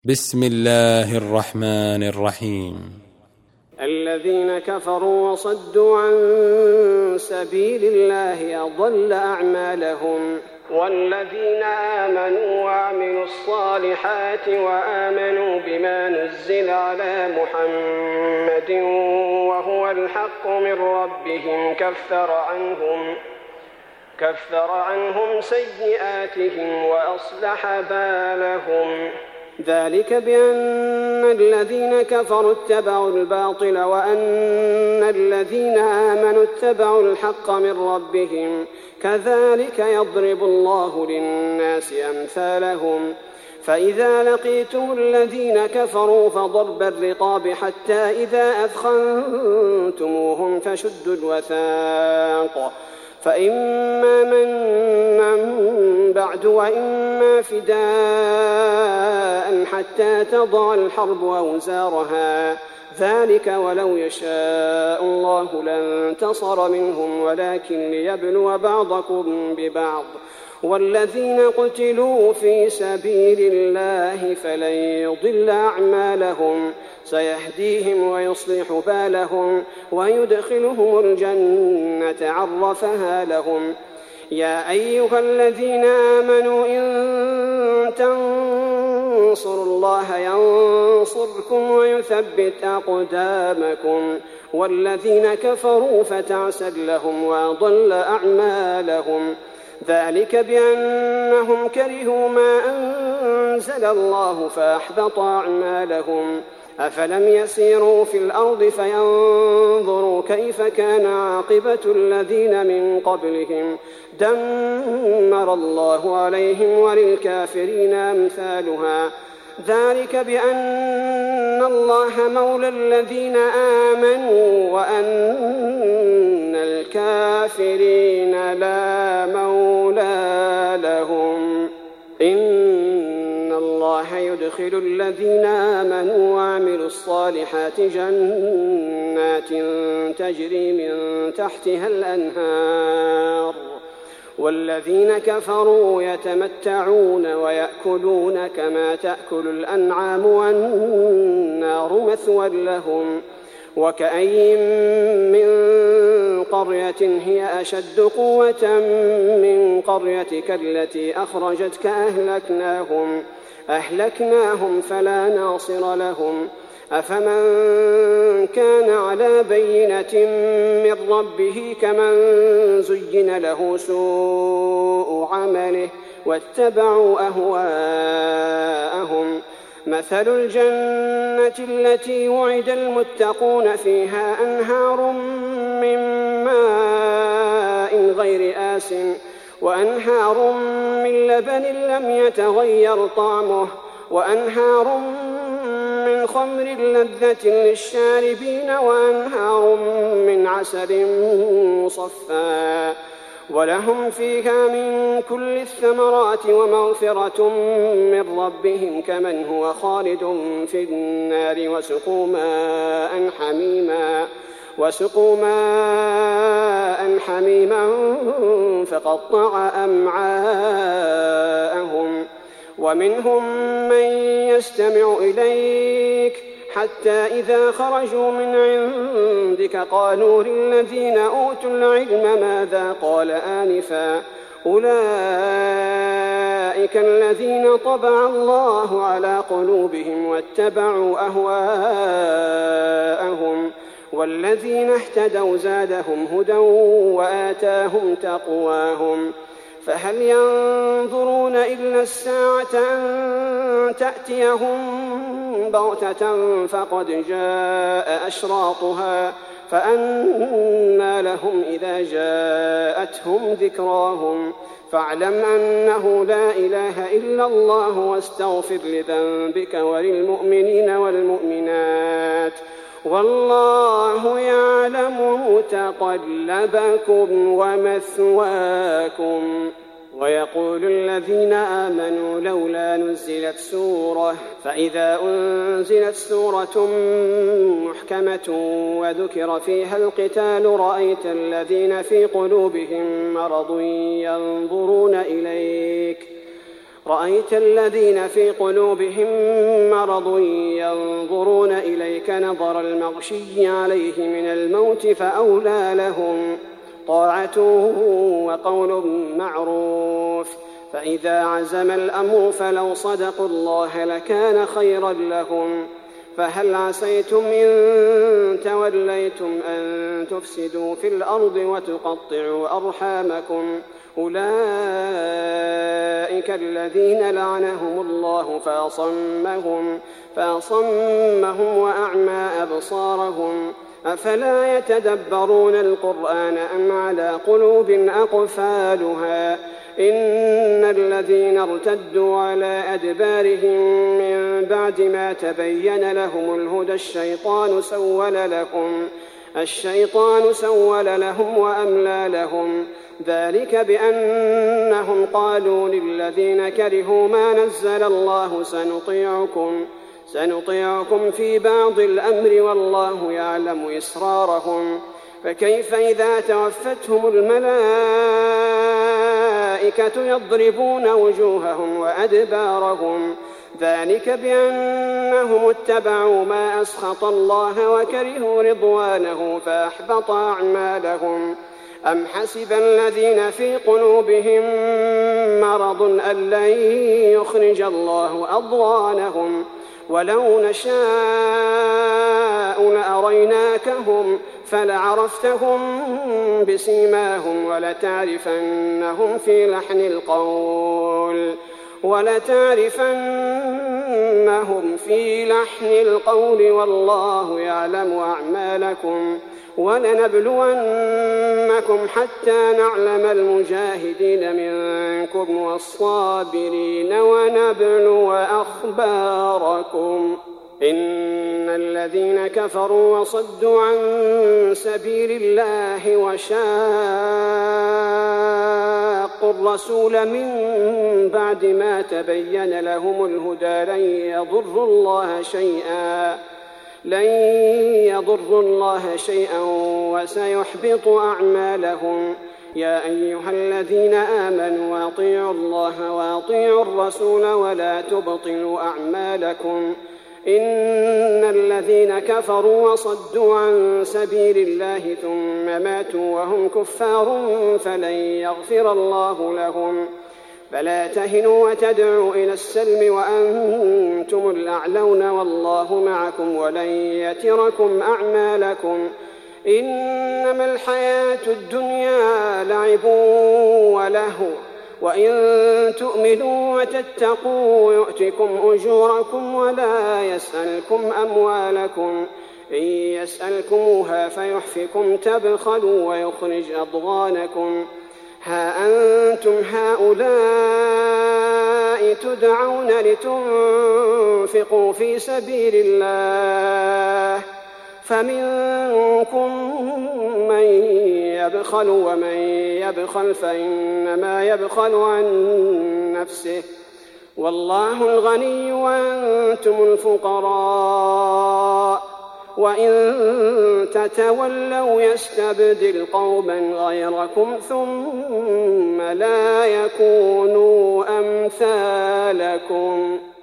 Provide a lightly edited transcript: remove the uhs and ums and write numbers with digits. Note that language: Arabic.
بسم الله الرحمن الرحيم. الذين كفروا وصدوا عن سبيل الله أضل أعمالهم، والذين آمنوا وعملوا الصالحات وآمنوا بما نزل على محمد وهو الحق من ربهم كفر عنهم سيئاتهم وأصلح بالهم. ذلك بأن الذين كفروا اتبعوا الباطل وأن الذين آمنوا اتبعوا الحق من ربهم، كذلك يضرب الله للناس أمثالهم. فإذا لقيتم الذين كفروا فضرب الرقاب حتى إذا أثخنتموهم فشدوا الوثاق، فإما منا بعد وإما فداء حتى تضع الحرب أوزارها، ذلك ولو يشاء الله لانتصر منهم ولكن ليبلو بعضكم ببعض. والذين قتلوا في سبيل الله فلن يضل أعمالهم، سيهديهم ويصلح بالهم ويدخلهم الجنة عرفها لهم. يا أيها الذين آمنوا إن تنصروا الله ينصركم ويثبت أقدامكم. والذين كفروا فتعسا لهم وأضل أعمالهم، ذلك بأنهم كرهوا ما أنزل الله فأحبط أعمالهم. أفلم يسيروا في الأرض فينظروا كيف كان عاقبة الذين من قبلهم، دمر الله عليهم وللكافرين أمثالها. ذلك بأن الله مولى الذين آمنوا وأن الكافرين لا مولى لهم. إن الله يدخل الذين آمنوا وعملوا الصالحات جنات تجري من تحتها الأنهار، والذين كفروا يتمتعون ويأكلون كما تأكل الأنعام والنار مثوى لهم. وكأين من قرية هي أشد قوة من قريتك التي أخرجتك أهلكناهم فلا ناصر لهم. أفمن كان على بينة من ربه كمن زين له سوء عمله واتبعوا أهواءهم. مثل الجنة التي وعد المتقون فيها أنهار من ماء غير آسن وأنهار من لبن لم يتغير طعمه وأنهار من خمر لذة للشاربين وأنهار من عسل مصفى، ولهم فيها من كل الثمرات ومغفرة من ربهم كمن هو خالد في النار وسقوا ماء حميما فقطع أمعاءهم. ومنهم من يستمع إليك حتى إذا خرجوا من عندك قالوا للذين أوتوا العلم ماذا قال آنفا، أولئك الذين طبع الله على قلوبهم واتبعوا أهواءهم. والذين اهتدوا زادهم هدى وآتاهم تقواهم. فهل ينظرون إلا الساعة أن تأتيهم بغتة فقد جاء أشراطها، فأنى لهم إذا جاءتهم ذكراهم. فاعلم أنه لا إله إلا الله واستغفر لذنبك وللمؤمنين والمؤمنات، والله يعلم متقلبكم ومثواكم. ويقول الذين آمنوا لولا نزلت سورة، فإذا أنزلت سورة محكمة وذكر فيها القتال رأيت الذين في قلوبهم مرض ينظرون إليك رأيت الذين في قلوبهم مرض ينظرون إليك نظر المغشي عليه من الموت فأولى لهم طاعة وقول معروف. فإذا عزم الأمر فلو صدقوا الله لكان خيرا لهم. فهل عسيتم إن توليتم أن تفسدوا في الأرض وتقطعوا أرحامكم؟ أولئك الذين لعنهم الله فأصمهم وأعمى أبصارهم. أفلا يتدبرون القرآن أم على قلوب أقفالها؟ إن الذين ارتدوا على أدبارهم من بعد ما تبين لهم الهدى الشيطان سول لهم وأملى لهم. ذلك بأنهم قالوا للذين كرهوا ما نزل الله سنطيعكم في بعض الأمر والله يعلم إسرارهم. فكيف إذا توفتهم الملائكة يضربون وجوههم وأدبارهم؟ ذلك بأنهم اتبعوا ما أسخط الله وكرهوا رضوانه فأحبط أعمالهم. أم حسب الذين في قلوبهم مرض أن لن يخرج الله أضغانهم؟ ولو نشاء لأريناكهم فلعرفتهم بسيماهم ولتعرفنهم في لحن القول والله يعلم أعمالكم. ولنبلونكم حتى نعلم المجاهدين منكم والصابرين ونبلو أخباركم. إن الذين كفروا وصدوا عن سبيل الله وشاقوا الرسول من بعد ما تبين لهم الهدى لن يضروا الله شيئا وسيحبط أعمالهم. يا أيها الذين آمنوا أطيعوا الله وأطيعوا الرسول ولا تبطلوا أعمالكم. إن الذين كفروا وصدوا عن سبيل الله ثم ماتوا وهم كفار فلن يغفر الله لهم. فلا تهنوا وتدعوا إلى السلم وأنتم الأعلون والله معكم ولن يتركم أعمالكم. إنما الحياة الدنيا لعب ولهو وإن تؤمنوا وتتقوا يؤتكم أجوركم ولا يسألكم أموالكم. إن يسألكموها فيحفكم تبخلوا ويخرج أضغانكم. ها أنتم هؤلاء تدعون لتنفقوا في سبيل الله فمنكم من يبخل ومن يبخل فإنما يبخل عن نفسه والله الغني وأنتم الفقراء. وإن تتولوا يستبدل قوما غيركم ثم لا يكونوا أمثالكم.